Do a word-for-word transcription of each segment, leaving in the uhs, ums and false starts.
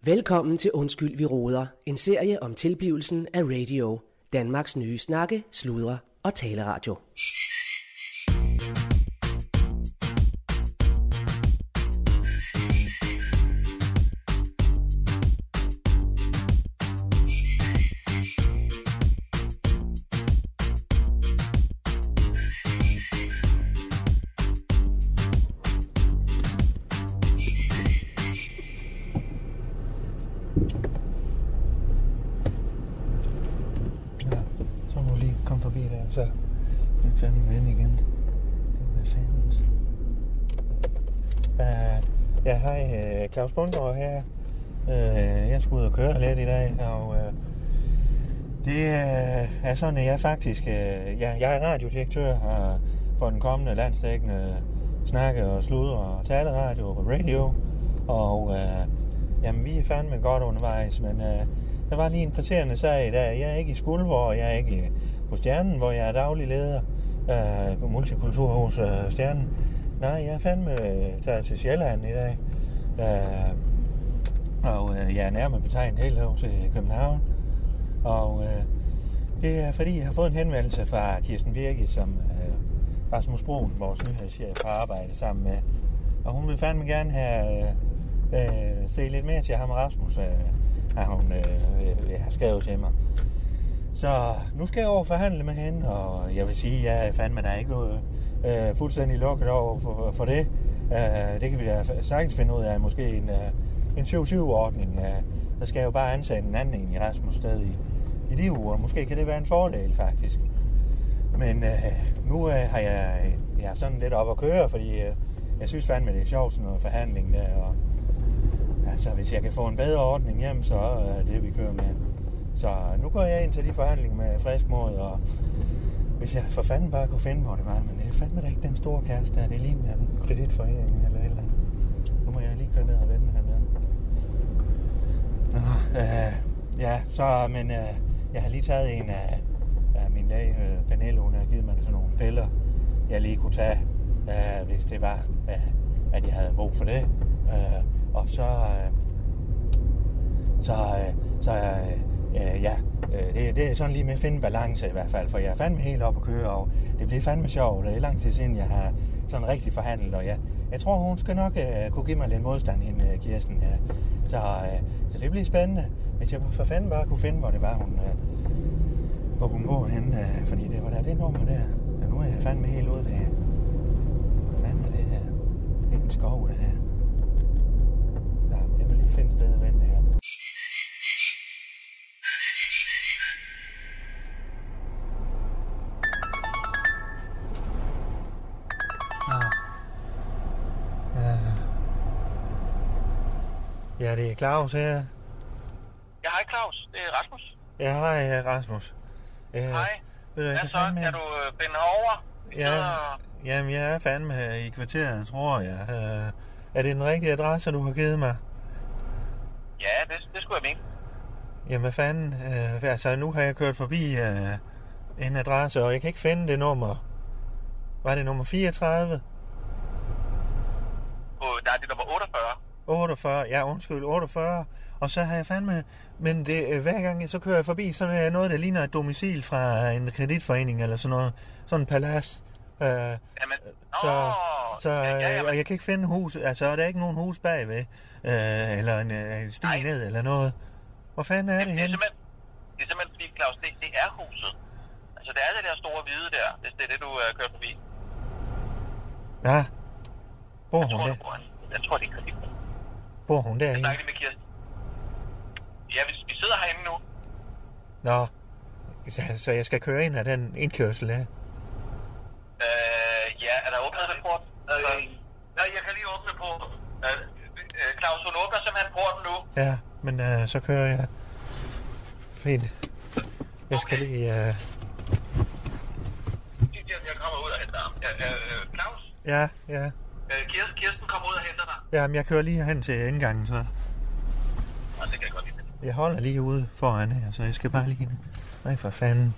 Velkommen til Undskyld, vi råder. En serie om tilblivelsen af radio. Danmarks nye snakke, sludre og taleradio. Så den fandme ven igen. Det er fandens. Uh, ja, hej, Claus Bundgaard her. Uh, jeg skal ud og køre lidt i dag, og uh, det uh, er sådan, at jeg faktisk, uh, jeg, jeg er radiodirektør uh, for den kommende landsdækkende snakke- og sludre- og taleradio og radio, og uh, jamen, vi er fandme godt undervejs, men uh, der var lige en præsterende sag i dag. Jeg er ikke i Skuldborg, jeg er ikke på Stjernen, hvor jeg er daglig leder af uh, multikulturhus uh, Stjernen. Nej, jeg er fandme uh, taget til Sjælland i dag. Uh, og uh, jeg er nærmere betegnet helt over til København. Og uh, det er fordi, jeg har fået en henvendelse fra Kirsten Birgit, som uh, Rasmus Broen, vores nyhedschef, har arbejdet sammen med. Og hun vil fandme gerne have uh, uh, se lidt mere til ham og Rasmus, uh, har hun uh, uh, har skrevet til mig. Så nu skal jeg over forhandle med hende, og jeg vil sige, at jeg er fandme der ikke øh, fuldstændig lukket over for, for det. Øh, det kan vi da sagtens finde ud af, måske en, øh, en syv syv-ordning. Øh, der skal jeg jo bare ansætte en anden i Rasmus sted i, i de uger. Måske kan det være en fordel, faktisk. Men øh, nu øh, har jeg, jeg er sådan lidt op at køre, fordi øh, jeg synes fandme, det er sjovt sådan noget forhandling der. Og, altså, hvis jeg kan få en bedre ordning hjem, så er øh, det, vi kører med. Så nu går jeg ind til de forhandlinger med frisk mod, og hvis jeg for fanden bare kunne finde, hvor det var, men det er fandme da ikke den store kæreste der, det er lige med en kreditforening eller et eller andet. Nu må jeg lige køre ned og vende hernede. Nå, øh, ja, så, men øh, jeg har lige taget en af, af min læge, øh, Pernille, hun har givet mig sådan nogle piller, jeg lige kunne tage, øh, hvis det var, øh, at jeg havde brug for det. Øh, og så, øh, så, øh, så øh, Øh, ja, øh, det, det er sådan lige med at finde balance i hvert fald, for jeg er fandme helt op at køre, og det bliver fandme sjovt. Det er lang tid siden, jeg har sådan rigtig forhandlet, og jeg, jeg tror, hun skal nok øh, kunne give mig lidt modstand, hende øh, Kirsten. Ja. Så, øh, så det bliver spændende, hvis jeg for fanden bare kunne finde, hvor det var, hun, øh, hvor hun går hen, øh, fordi det var der det nummer der. Ja, nu er jeg fandme helt ude ved, hvad fanden er det her? Det er en skov, det her. Ja, jeg vil lige finde et sted at vente her. Ja, det er Claus her. Ja, hej Claus. Det er Rasmus. Ja, hej Rasmus. Uh, hej. Ved du, hvad så? Kan du uh, binde herover? Ja, og... jamen, jeg er fandme her i kvarteret, tror jeg. Uh, er det den rigtige adresse, du har givet mig? Ja, det, det skulle jeg mene. Jamen, hvad fanden? Uh, altså, nu har jeg kørt forbi uh, en adresse, og jeg kan ikke finde det nummer. Var det nummer fireogtredive? Uh, der er det nummer otteogfyrre. otteogfyrre, ja undskyld, otteogfyrre, og så har jeg fandme, men det, hver gang så kører jeg forbi, så er noget, der ligner et domicil fra en kreditforening eller sådan noget, sådan en palads. Øh, Jamen, så, åh, så, ja, ja, og jeg kan ikke finde hus, altså er der ikke nogen hus bagved, øh, eller en, en sti Nej. ned eller noget. Hvor fanden er Jamen, det det er henne? simpelthen, det er simpelthen fordi, Claus, det, det er huset. Altså, det er det der store hvide der, hvis det er det, du uh, kører forbi. Ja, bor Jeg hun tror, der? du bor her. Jeg tror, det er kreditforening. Bor hun Jeg derinde? snakker lige med Kirsten. Ja, vi, vi sidder herinde nu. Nå, så, så jeg skal køre ind af den indkørsel her? Øh, ja, er der åbnet den port? Altså, nej, jeg kan lige åbne porten. Øh, øh, Claus, hun åbner simpelthen porten nu. Ja, men øh, så kører jeg. Fint. Jeg skal Okay. lige... Øh... Jeg kommer ud og henter ham. Ja, øh, Claus? Ja, ja. Øh, Kirsten, Kirsten kommer ud og henter dig. Ja, men jeg kører lige hen til indgangen, så... Og det kan jeg godt lide. Jeg holder lige ude foran her, så jeg skal bare lige... Nej, for fanden.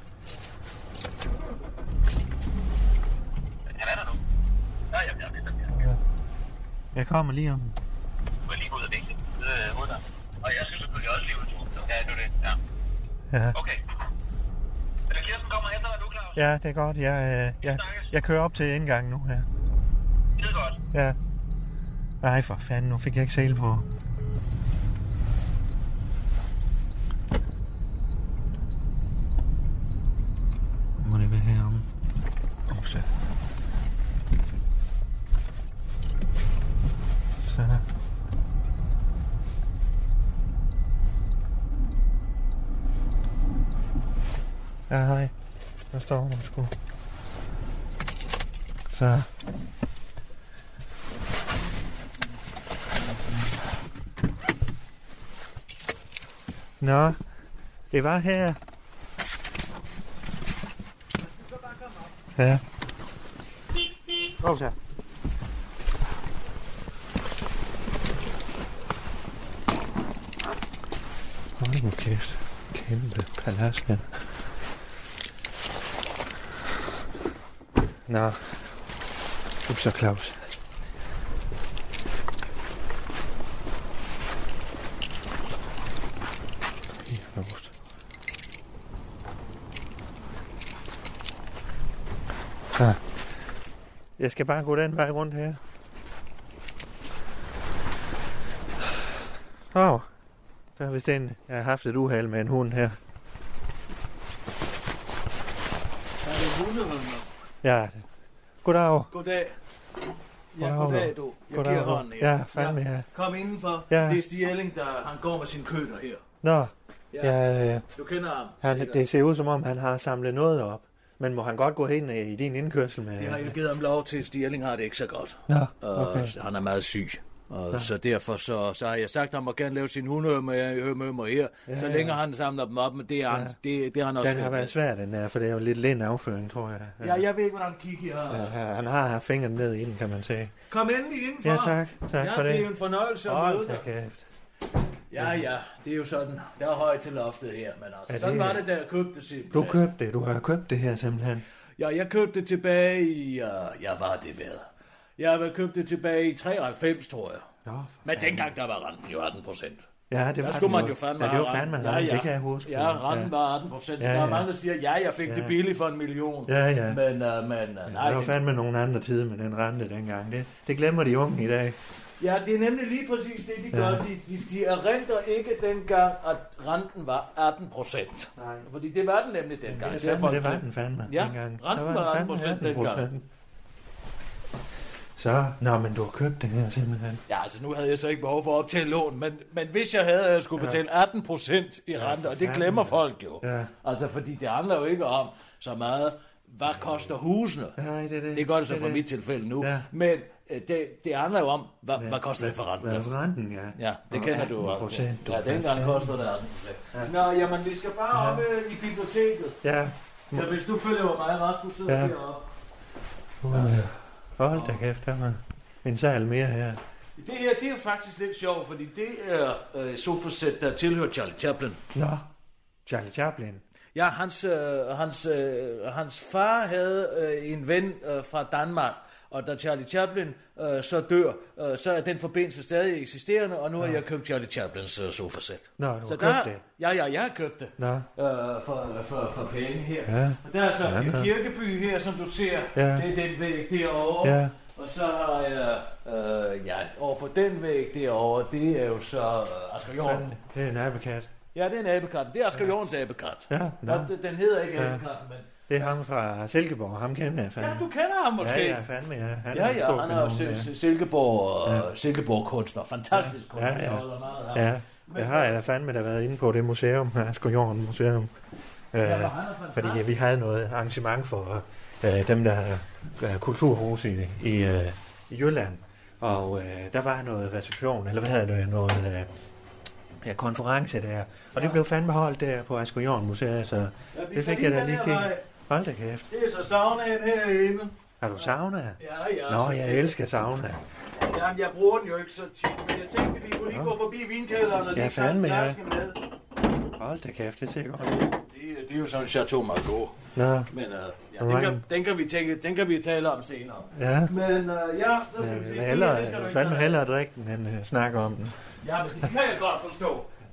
Han er der nu. Ja, ja, ja, ja, ja. Jeg kommer lige om. Du er lige ud af vinkel. Øh, ud der. Og jeg Ja. Okay. Kirsten kommer hen, når du er klar. Ja, det er godt. Jeg, øh, jeg, jeg kører op til indgangen nu her. Det er godt. Ja. Nej, for fanden, nu fik jeg ikke sele på. Må det være heromme? Åh, så. Så. Ja, hej. Der står hun sgu. Så. Nå, det var her. Ja. Kom så. Hold nu kæft. Kæmpe palads her. Nå. Ups så, Claus. Så. Jeg skal bare gå den vej rundt her. Åh, oh, der er vist en, jeg har haft et uheld med en hund her. Er det hundeholder? Ja, goddag. Goddag. Ja, Goddag, goddag du. Jeg goddag, giver du. hånden her. Ja, fandme ja. Kom indenfor. Ja. Det er Stig Elling, der han går med sin køler her. Nå, Ja. ja, ja, Du kender ham. han, sikkert. det ser ud som om, han har samlet noget op. Men må han godt gå hen i din indkørsel med... Det har jeg givet ham lov til. Stig Elling har det ikke så godt. Nå, Og okay. han er meget syg. Og Ja. så derfor så, så har jeg sagt, at han må gerne lave sin hundehømmer her. Ja, så ja. længe han samler dem op, men det er, Ja. han, det, det er han også Den har været svær, den der, for det er jo lidt lind afføring, tror jeg. Ja, jeg ved ikke, hvordan kigge her. Ja, han har haft fingeren ned i den, kan man sige. Kom endelig indenfor. Ja, tak. Tak ja, for det. det er jo en fornøjelse at Hold møde da dig. kæft. Ja, ja, det er jo sådan. Der er højt til loftet her, men altså, Ja, sådan det- var det, da jeg købte det simpelthen. Du købte det, du har købt det her simpelthen. Ja, jeg købte det tilbage i, uh, ja, hvad har det været? Jeg har vel købt det tilbage i treoghalvfems, tror jeg. Nå, for Men fanden. dengang, der var renten jo atten procent. Ja, det var Der skulle den man jo fandme Ja, det var have fandme renten. ja, ja. Det kan jeg huske. Ja, renten var atten procent. Ja, Der er ja. mange, der siger, ja, jeg fik Ja. det billigt for en million. Ja, ja. Men, uh, men uh, Ja, nej, der var det, fandme nogle andre tider med den rente dengang. Det, det glemmer de unge i dag. ja, det er nemlig lige præcis det, de gør. Ja. De, de, de erindrer ikke dengang, at renten var atten procent. Nej. Fordi det var den nemlig dengang. Det, Det er fandme, folk- det var den fandme Ja, dengang. renten Der var den atten procent fandme dengang. procent. Så, nå, men du har købt det her simpelthen. Ja, altså nu havde jeg så ikke behov for at optage lån, men, men hvis jeg havde, jeg skulle betale atten procent i rente, for og det fanden, glemmer ja. folk jo. Ja. Altså, fordi det handler jo ikke om så meget, hvad koster husene? Nej, det er det. Det gør det så er for mit tilfælde nu. Ja. Men øh, det, det handler jo om, hvad, hvad koster det for renten? Hvad er renten, ja. Ja, det kender du jo. procent. Ja, dengang kostede det atten procent. Nå, jamen, vi skal bare op øh, i biblioteket. Ja. Så hvis du følger mig, Rasmus, sidder Ja. heroppe. Uh, hold da kæft, der var en sal mere her. Det her, det er jo faktisk lidt sjovt, fordi det er øh, sofasæt, der tilhører Charlie Chaplin. Nå, Charlie Chaplin. Ja, hans, øh, hans, øh, hans far havde øh, en ven øh, fra Danmark, og da Charlie Chaplin øh, så dør, øh, så er den forbindelse stadig eksisterende, og nu har jeg købt Charlie Chaplins øh, sofasæt. Nå, du har Så købt der, det. Ja, ja, jeg har købt det Nå, øh, for, for, for penge her. Ja. Og der er så Ja, en nå. kirkeby her, som du ser. Ja. Det er den væg derovre. Ja. Og så har jeg, øh, ja, over på den væg derovre, det er jo så øh, Asger Jorn. fanden, det er en abekat. Ja, det er en abekat. Det er Asger Jorns abekat. Ja, nå. Nå, den hedder ikke Ja. abekat, men... Det er ham fra Silkeborg, ham kender jeg fandme. Ja, du kender ham måske. Ja, ja, fandme, ja. Han Ja, en ja, stor han er jo kanon, Sil- Silkeborg, Ja. ja. Silkeborg-kunstner. Fantastisk kunstner. Ja, ja. Jeg holder meget af ham. Ja, Men- jeg har jeg da fandme da været inde på det museum, Asger Jorn Museum. Øh, Ja, men han er fordi fantastisk. vi havde noget arrangement for øh, dem, der er øh, kulturhus i, i, øh, i Jylland. Og øh, der var noget reception, eller hvad hedder det, noget øh, ja, konference der. Og det blev fandme holdt der på Asger Jorn Museum, så Ja, vi det skal fik jeg da den lige her kigget. vej. Hold da kæft. Det er så saunaen herinde. Har du sauna? Ja, ja. Nå, så jeg til- elsker sauna. Jamen, jeg bruger den jo ikke så tit, men jeg tænkte, vi kunne lige gå forbi vinkælderen og lige Ja, tage en fandme, ja. flaske med. Hold da kæft, det ser godt ud. Det, det er jo sådan en Chateau Margaux. Nå, Men uh, ja, den, Right. kan, den, kan vi tænke, den kan vi tale om senere. ja. Men uh, ja, så skal Jeg vi se. vil Det hellere, her, det skal du ikke fandme tage. hellere drikke den, end uh, snakke om den. Ja, men det kan jeg godt forstå.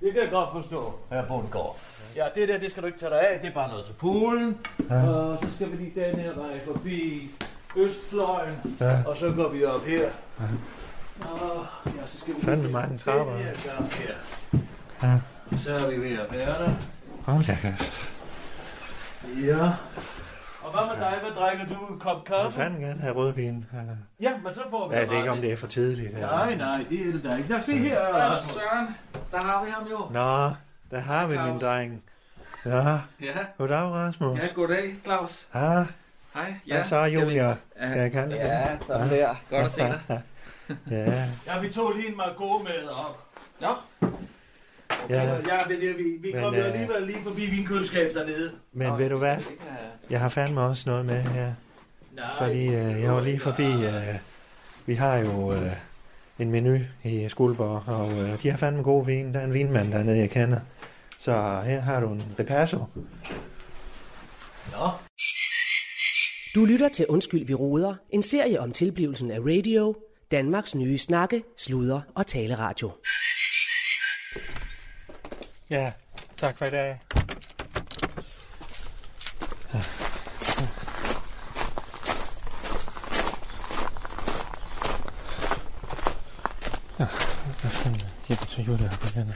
Det kan jeg godt forstå, herre Bundgaard. Ja, det der, det skal du ikke tage dig af. Det er bare noget til poolen. Ja. Og så skal vi lige den her vej forbi østfløjen. Ja. Og så går vi op her. Ja. Og ja, så skal vi fandme mange trapper. Den her gang her. Ja. Så er vi ved at være der. Hold da kæft. Ja. Og hvad med dig? Hvad drikker du? En kop kaffe? Jeg fanden gerne have rødvin. Ja, men så får vi... Jeg ved ikke, om det er for tidligt. Nej, nej, det er det da ikke. Lad os se her. Ja, Søren, der har vi ham jo. Nå, der har vi min dreng. Ja. Ja. Goddag, Rasmus. Ja, goddag, Claus. Ja. Hej. Ja. Hvad så, Julia? Ja, jeg kan det. Ja, sådan der. Godt at se dig. Ja. Ja, vi tog lige en Margot med op. Nå. Ja, ja vi, vi, vi kom jo alligevel lige forbi vinkøleskab dernede. Men Nå, ved du hvad? Jeg har fandme også noget med her. Nej, fordi øh, jeg var lige forbi... Øh, vi har jo øh, en menu i Skuldborg, og øh, de har fandme god vin. Der er en vinmand dernede, jeg kender. Så her har du en Ripasso. Nå. Du lytter til Undskyld, vi roder. En serie om tilblivelsen af radio. Danmarks nye snakke, sludre og taleradio. Ja, tak for i dag. Ja, hvad fanden hjælper til Julia på den?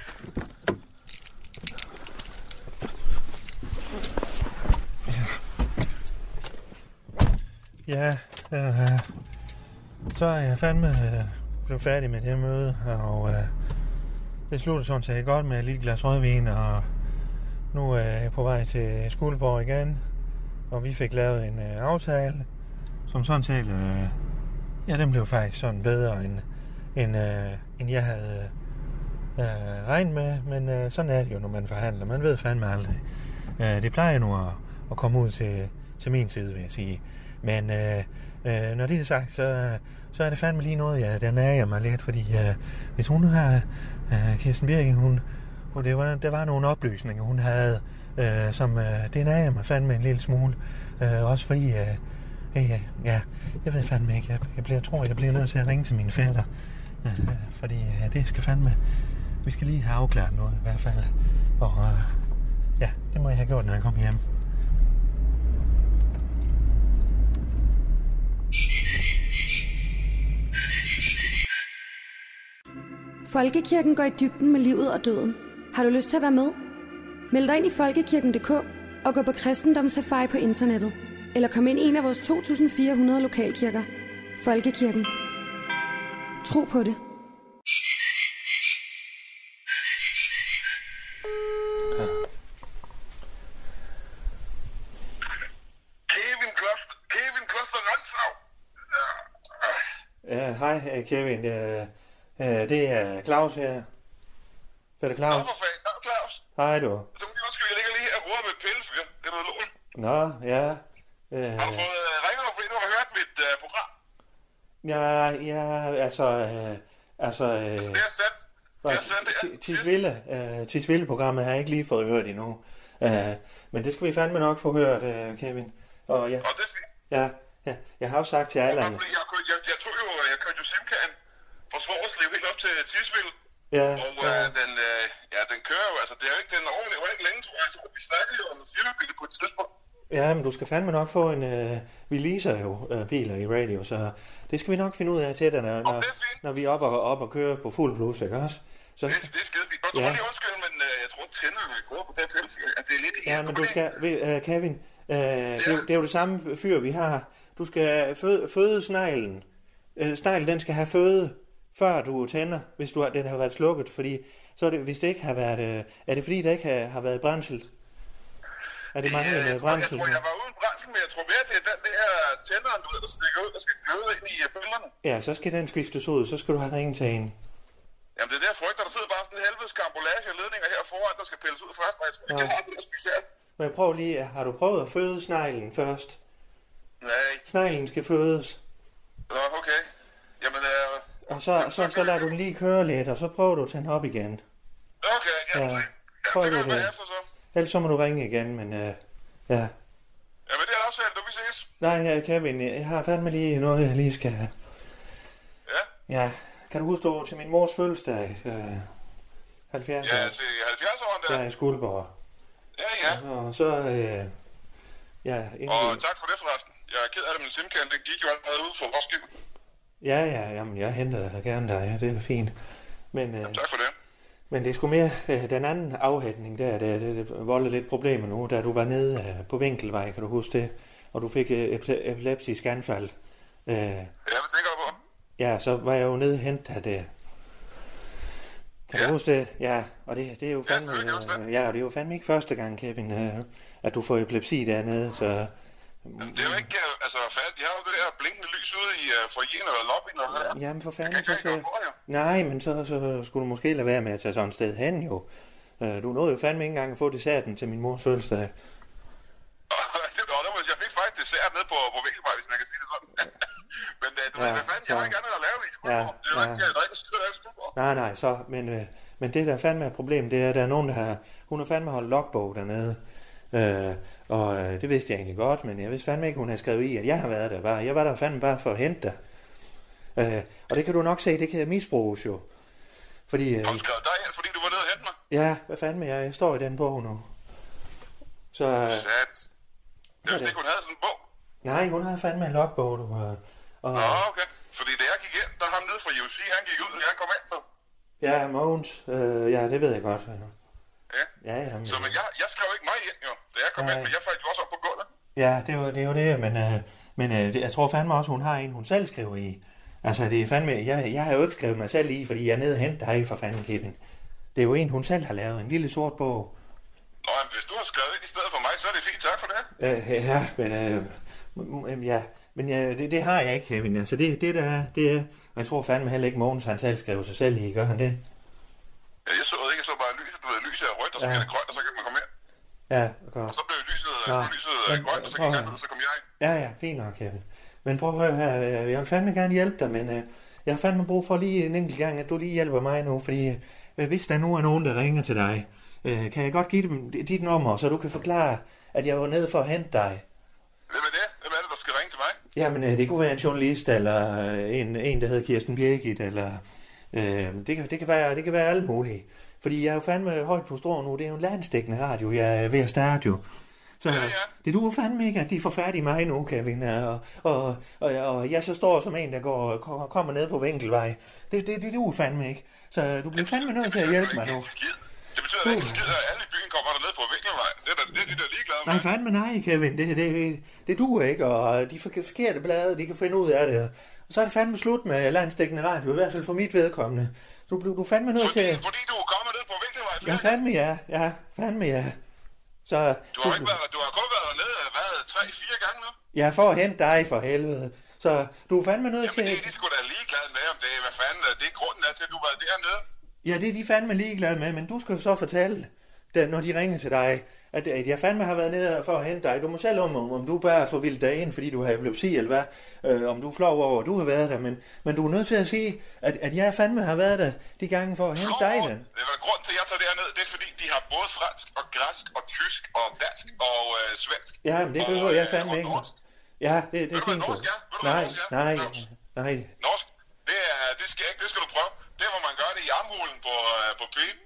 Ja, øh, så er jeg fandme øh, blevet færdig med det her møde, og øh, det slutter sådan set godt med et lille glas rødvin, og nu er jeg på vej til Skuldborg igen, og vi fik lavet en øh, aftale, som sådan set, øh, ja, den blev faktisk sådan bedre, end, end, øh, end jeg havde øh, regnet med, men øh, sådan er det jo, når man forhandler. Man ved fandme aldrig. Øh, det plejer nu at, at komme ud til, til min side, vil jeg sige. Men øh, øh, når det er sagt, så, så er det fandme lige noget, ja, der nager mig lidt, fordi øh, hvis hun har, øh, Kirsten Birgit, hun, hun det var, der var nogle oplysninger, hun havde, øh, som øh, det nager mig fandme en lille smule. Øh, også fordi, øh, øh, ja, jeg ved fandme ikke, jeg, jeg, bliver, jeg tror, jeg bliver nødt til at ringe til mine fætter, øh, fordi øh, det skal fandme, vi skal lige have afklaret noget i hvert fald, og øh, ja, det må jeg have gjort, når jeg kommer hjem. Folkekirken går i dybden med livet og døden. Har du lyst til at være med? Meld dig ind i folkekirken punktum d k og gå på kristendomssafari på internettet. Eller kom ind i en af vores to tusind fire hundrede lokalkirker. Folkekirken. Tro på det. Kevin Kloster, Kevin Kloster Rensau. Ja, hej Kevin. Det, det er Claus her. Hvad er det, Claus? Nå, for fanden. Nå, Claus. Hej, du. Du kan lige jeg ligger lige her og roder med et pillefyr. Det er noget lån. Nå, ja. Øh... Har du fået uh, ringer du, fordi du har hørt mit uh, program? Ja, ja, altså... Øh, altså, øh, altså, det er sandt. Det er sandt, det er. Tisvilde, øh, Tisvilde-programmet har jeg ikke lige fået hørt endnu. Uh, men det skal vi fandme nok få hørt, uh, Kevin. Og, ja, og det er fint. Ja, ja, jeg har også sagt til alle... Jeg, jeg, jeg, jeg tog jo, jeg kørte jo Simkan fra Svorslev helt op til Tisvilde. Ja, og øh, ja. Den, øh, ja, den kører jo, altså det er jo ikke, den overlever ikke længe, tror jeg, så vi snakker jo om en firmabil på et tidspunkt. Ja, men du skal fandme nok få en, øh, vi leaser jo øh, biler i radio, så det skal vi nok finde ud af til dig, når, når, når vi er oppe og, op og kører på fuld blus, ikke også? Så, det, det er skide fint. Nå, du må lige undskylde, men øh, jeg tror, tænderne er gået på den pelse, at det er lidt ja, men du skal, øh, Kevin, øh, ja. det, det er jo det samme fyr, vi har. Du skal føde, føde sneglen. Øh, sneglen, den skal have føde, før du tænder, hvis du har, den har været slukket, fordi så er det, hvis det ikke har været, øh, er det fordi, der ikke har, har været brændsel? Er det mange ja, med brændsel? Jeg tror, jeg var uden brændsel, men jeg tror mere, det er den der tænderen, du ved, der stikker ud, der skal gløde ind i bølgerne. Ja, så skal den skiftes ud, så skal du have ringet til en. Jamen, det er der frygter, der sidder bare sådan en helvedes kambolage og ledninger her foran, der skal pilles ud først, og jeg tror ikke, ja. Det har det der specielt. Men prøv lige, har du prøvet at føde sneglen først? Nej. Sneglen skal fødes. Nå, okay. Jamen, øh... Og så, jamen, så, så, så lader du den lige køre lidt, og så prøver du at tage den op igen. Okay, jamen, ja, prøv ja, det kan det. være efter så. Ellers så må du ringe igen, men øh, ja. Jamen, det er aftalt, du vi ses. Nej, Kevin, jeg har fandme lige noget, jeg lige skal have. Ja? Ja, kan du huske over til min mors fødselsdag? Øh, halvfjerds Ja, år. til halvfjerds-åren der. Der er i Skuldborg. Ja, ja. Og så, øh, ja... Inden Og vi... tak for det forresten. Jeg er ked af det, men simkanden, den gik jo allerede ud for Roskilde. Ja, ja, jamen, jeg henter dig gerne der, ja, det er fint. Men, øh, Jamen, tak for det. men det er sgu mere øh, den anden afhætning der, det, det, det volder lidt problemer nu, da du var nede øh, på Vinkelvej, kan du huske det? Og du fik øh, epileptisk anfald. Øh, Ja, hvad tænker du på? ja, så var jeg jo nede og hente dig der. Kan Ja. du huske det? Ja, og det, det er jo Ja, fandme, selvfølgelig kan jeg huske øh, ja, og det er jo fandme ikke første gang, Kevin, øh, at du får epilepsi dernede, så... Jamen, det er jo ikke, øh, altså, færdigt. De har jo det der blinkende lys ude i uh, foyeren eller lobbyen og det der. Jamen for Jeg fanden, kan så ikke skal... gøre for, jo. Nej, men så, så skulle du måske lade være med at tage sådan et sted hen, jo. Øh, Du nåede jo fandme ikke engang at få desserten til min mors fødselsdag. Det var det, jeg fik faktisk dessert nede på, på Vinkelvej, hvis man kan sige det sådan. Men uh, du Ja, ved, hvad fanden, jeg har ja. ikke andet at lave i Skuldborg. Ja, Det er jo ja. ikke, der er ikke skidt at lave i Skuldborg. Nej, nej, så, men, øh, men det der fandme er problemet, det er, at der er nogen, der har... Hun har fandme holdt logbog dernede. Øh, og øh, det vidste jeg egentlig godt, men jeg vidste fandme ikke, hun havde skrevet i, at jeg har været der bare. Jeg var der fandme bare for at hente dig. Øh, og det kan du nok se, det kan misbruges jo. Fordi... Øh, Har du skrevet dig ind, fordi du var nede og hente mig? ja, hvad fanden med jeg? Jeg står i den bog nu. Så... Øh, Sat. Jeg vidste ikke, hun havde sådan en bog. nej, hun har fandme en logbog, du. Øh, og, Nå, okay. Fordi da jeg gik ind, der ham nede fra U C, han gik ud, og jeg kom ind på. ja, Mogens. Øh, ja, det ved jeg godt. Ja. Ja, jamen, Så men jeg, jeg skrev ikke mig ind, jo, da jeg kom Nej. ind, men jeg faldt jo også op på gulvet. ja, det er jo det, er jo det men, øh, men øh, det, jeg tror fandme også, hun har en, hun selv skriver i. Altså, det er fandme... Jeg, jeg har jo ikke skrevet mig selv i, fordi jeg er nede og hente dig for fanden, Kevin. Det er jo en, hun selv har lavet. En lille sort bog. Nå, men hvis du har skrevet ind i stedet for mig, så er det fint. Tak for det. Øh, ja, men... Øh, m- m- ja, men ja, det, det har jeg ikke, Kevin. Altså, det, det der er... Det er og jeg tror fandme heller ikke, Mogens han selv skriver sig selv i. Gør han det? Ja, jeg så ikke, jeg så bare lyset. Du ved, lyset er rødt, og så Ja. bliver det grønt, og så kan man komme ind. Ja, Og godt. så blev lyset, Nå. så lyset Men, grønt, og så prøv gik at jeg høre. ud, og så kom jeg ind. Ja, ja, fint nok, Kevin. Men prøv at høre her, øh, jeg vil fandme gerne hjælpe dig, men øh, jeg har fandme brug for lige en enkelt gang, at du lige hjælper mig nu, fordi øh, hvis der nu er nogen, der ringer til dig, øh, kan jeg godt give dem dit nummer, så du kan forklare, at jeg var nede for at hente dig. Hvem er det? Hvem er det, der skal ringe til mig? Jamen, øh, det kunne være en journalist, eller øh, en, en der hedder Kirsten Birgit, eller øh, det, kan, det, kan være, det kan være alle mulige. Fordi jeg er jo fandme højt på strå nu, det er jo en landsdækkende radio, jeg er ved at starte jo. Så Ja, ja. det duer fandme ikke, at de får fat i mig nu, Kevin, og, og, og, og jeg så står som en, der går, kommer ned på Vinkelvej. Det, det, det duer fandme ikke. Så du bliver fandme nødt til at hjælpe mig nu. Det betyder da ikke en skid, at alle i byen kommer derned på Vinkelvej. Det er, da, det er de der ligeglade med. Nej, fandme nej, Kevin. Det, det, det, det duer ikke, og de forke- forkerte blade, de kan finde ud af det. Og så er det fandme slut med landsdækkende radio, i hvert fald for mit vedkommende. Du, du, du er fandme nødt Fordi, til... fordi du kommer ned på Vinkelvej. Ja, fandme ja. Ja, fandme ja. Så... Du har, ikke været, du har kun været dernede, hvad, tre-fire gange nu? Ja, for at hente dig for helvede. Så du er fandme nødt til... Jamen, det er de sgu da ligeglade med, om det er, hvad fanden, det er grunden er til, at du var dernede. Ja, det er de fandme ligeglade med, men du skal jo så fortælle, det, når de ringer til dig, at, at jeg fandme har været nede for at hente dig. Du må selv om, om du bare har forvildt dig ind, fordi du har epilepsi, eller hvad, øh, om du er flov over, at du har været der, men, men du er nødt til at sige, at, at jeg fandme har været der de gange for at hente dig den. Det er grunden til, at jeg tager derned, det er fordi, de har både fransk og græsk og tysk og dansk og øh, svensk. Ja, men det og, behøver jeg øh, fandme og ikke. norsk. Ja, det, det er Ved du, hvad fint. norsk er? Ved du, hvad Nej, norsk er? nej, Claus? nej. Norsk, det, er, det skal jeg ikke, det skal du prøve. Det er, hvor man gør det i armhulen på, øh, på pigen.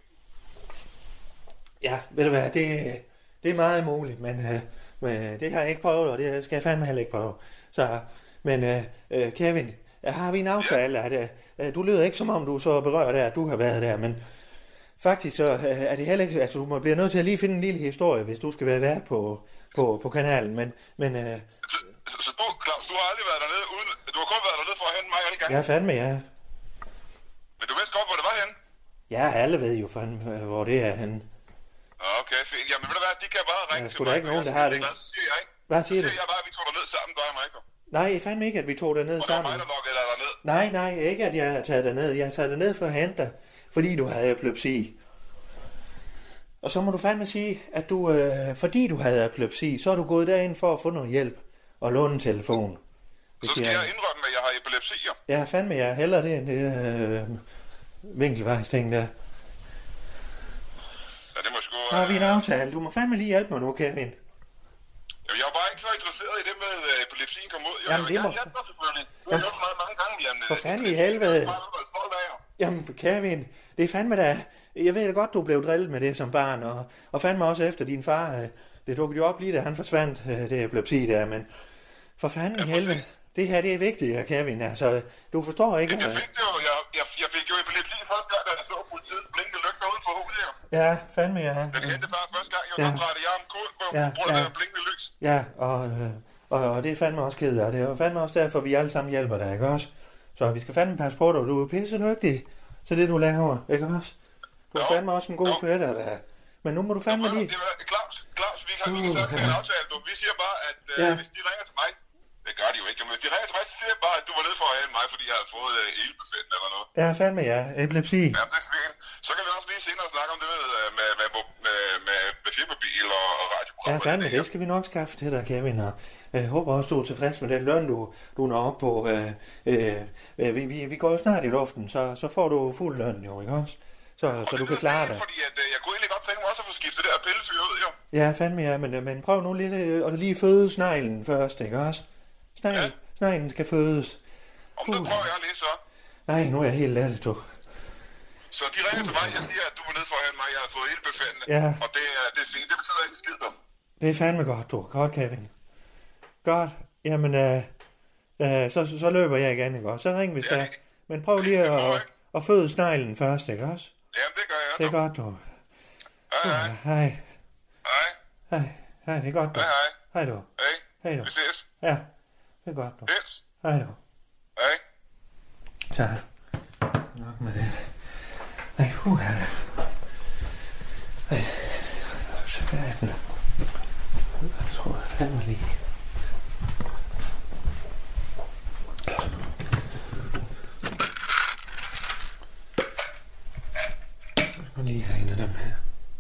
Ja, ved du hvad, det, det er meget muligt, men, øh, men det har jeg ikke prøvet, og det skal jeg fandme heller ikke prøve. Så, men øh, øh, Kevin, har vi en aftale? Ja. At, øh, du lyder ikke som om, du så berørt af, at du har været der, men faktisk så øh, er det heller ikke, altså du må blive nødt til at lige finde en lille historie, hvis du skal være vært på, på, på kanalen, men... men øh, Så, så, så du, Claus, du har aldrig været dernede uden... Du har kun været dernede for at hente mig alle gange. ja, fandme, ja. Men du vidste godt, hvor det var henne. Ja, alle ved jo fandme, øh, hvor det er henne. Okay, fint. Jamen, ved du hvad, de kan bare ringe Ja, til sgu mig. da ikke nogen, der har det. Så siger jeg ikke. Hvad Så siger du? siger jeg bare, at vi tog derned sammen, dig og mig. Du. Nej, fandme ikke, at vi tog derned Og det var sammen. mig, der lukkede dig derned. Nej, nej, ikke at jeg har taget derned. Jeg har taget derned for at hente dig, fordi du havde epilepsi. Og så må du fandme sige, at du, øh, fordi du havde epilepsi, så er du gået derind for at få noget hjælp og låne en telefon. Det Så skal siger jeg indrømme, at jeg har epilepsi, jo. Ja, fandme jeg hellere det end det øh, vinkelvejsting der. Ja, det må sgu... Har vi en øh, aftale? Du må fandme lige hjælpe mig nu, Kevin. Jamen, jeg er bare ikke så interesseret i det med, at øh, epilepsien kom ud. Jeg Jamen, vil det må- gerne hjælpe dig, selvfølgelig. Du har gjort meget mange gange, Jan. For fanden i helvede. Jeg er bare noget stolt af, jo. Jamen, Kevin, det er fandme da, jeg ved da godt, du blev drillet med det som barn, og, og fandme også efter din far. Øh, det dukkede jo op lige, da han forsvandt, øh, det epilepsi der, men for fanden i helvede. Det her, det er vigtigt, Kevin. Altså, du forstår ikke... Jeg fik det jo, jeg, jeg, jeg fik jo epilepsi første gang, da jeg så politiet blinkende lygter uden for huset, jo. Ja, fandme, ja. Da det hentede far første gang, jo, ja. der drejede jeg om kul på ja, grund af ja. det blinkende lys. Ja, og, og, og det er fandme også ked af. Det er fandme også derfor, vi alle sammen hjælper dig, ikke også? Så vi skal fandme passe på dig. Du er pisse dygtig til det, du laver, ikke også? Du er fandme også en god fætter, der. Men nu må du fandme lige... Claus, Claus, vi kan ikke uh, en aftale, du. Vi siger bare, at øh, ja. hvis de ringer til mig... Det gør de jo ikke, men hvis de ringer til mig, så siger jeg bare, at du var nede for at have mig, fordi jeg havde fået øh, elbefænden eller noget. Ja, fandme ja. Epilepsi. Ja, det er fint. Så kan vi også lige senere snakke om det med, med, med, med, med, med firmabil og, og radioprogram. Ja, fandme, det, det skal vi nok skaffe til dig, Kevin. Og jeg håber også, du er tilfreds med den løn, du, du når op på. Øh, øh, vi, vi, vi går jo snart i luften, så, så får du fuld løn jo, ikke også? Så, så du kan klare dig. Fordi at, øh, jeg kunne egentlig godt tænke mig også at få skiftet det her pillefyr ud, jo. Ja, fandme ja, men, men prøv nu lidt øh, at lige føde sneglen først, ikke også? Sneglen, ja. Sneglen skal fødes. Om det prøver jeg lige så. Nej, nu er jeg helt lattet, du. Så de ringer til mig, jeg siger, at du var nede for at have mig, jeg har fået elbefændende. Ja. Og det, det er fint, det betyder ikke en skid, dog. Det er fandme godt, du. Godt, Kevin. Godt. Jamen, øh, øh, så, så løber jeg igen, ikke også? Så ring hvis ja, der. Men prøv lige at, at, at føde sneglen først, ikke også? Jamen, det gør jeg, det er godt, du. Hej, hej. Hej. Hej. Hej. Hej, det er godt, du. Hej, hej. Hej, du. Hej. Hej, du. Vi ses. Ja, det er godt, du. Ses. Hej, du. Hej. Så. Nok med det. Ej, hu er det. Ej. Så er den. Jeg tror, jeg fandme lige. Jeg må lige have en af dem her.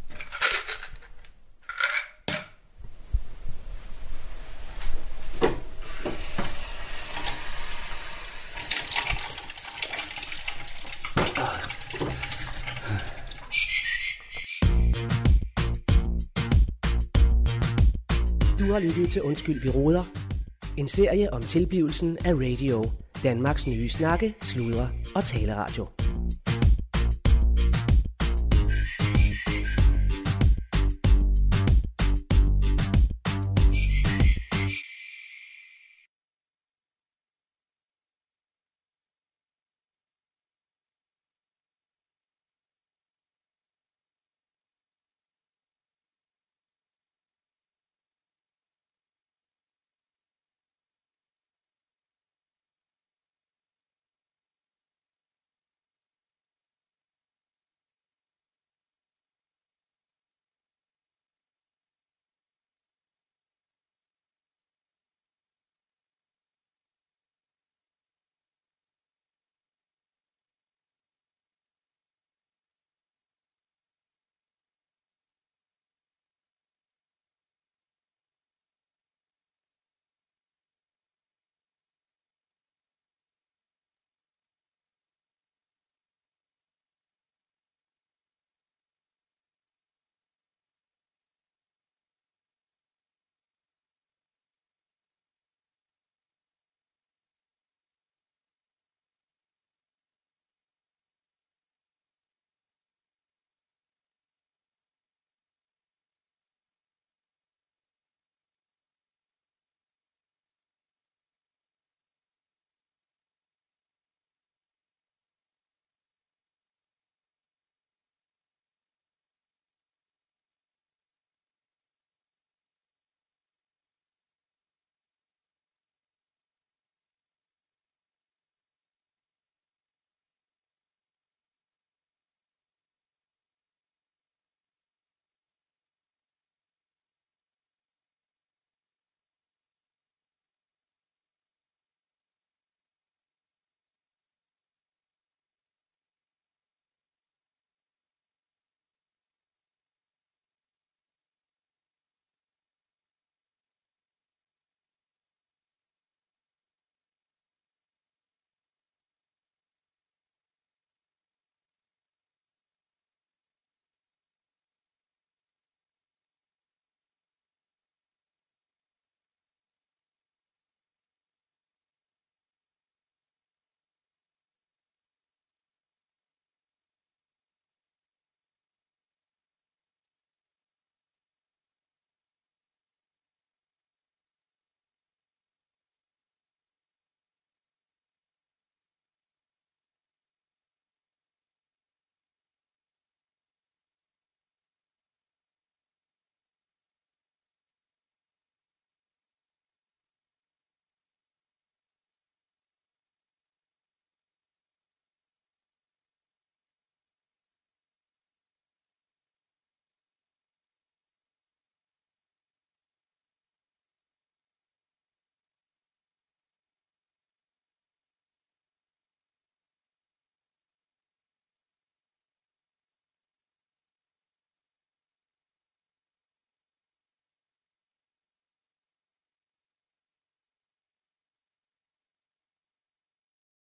Du har lyttet til Undskyld, vi roder. En serie om tilblivelsen af radio. Danmarks nye snakke, sludre og taleradio.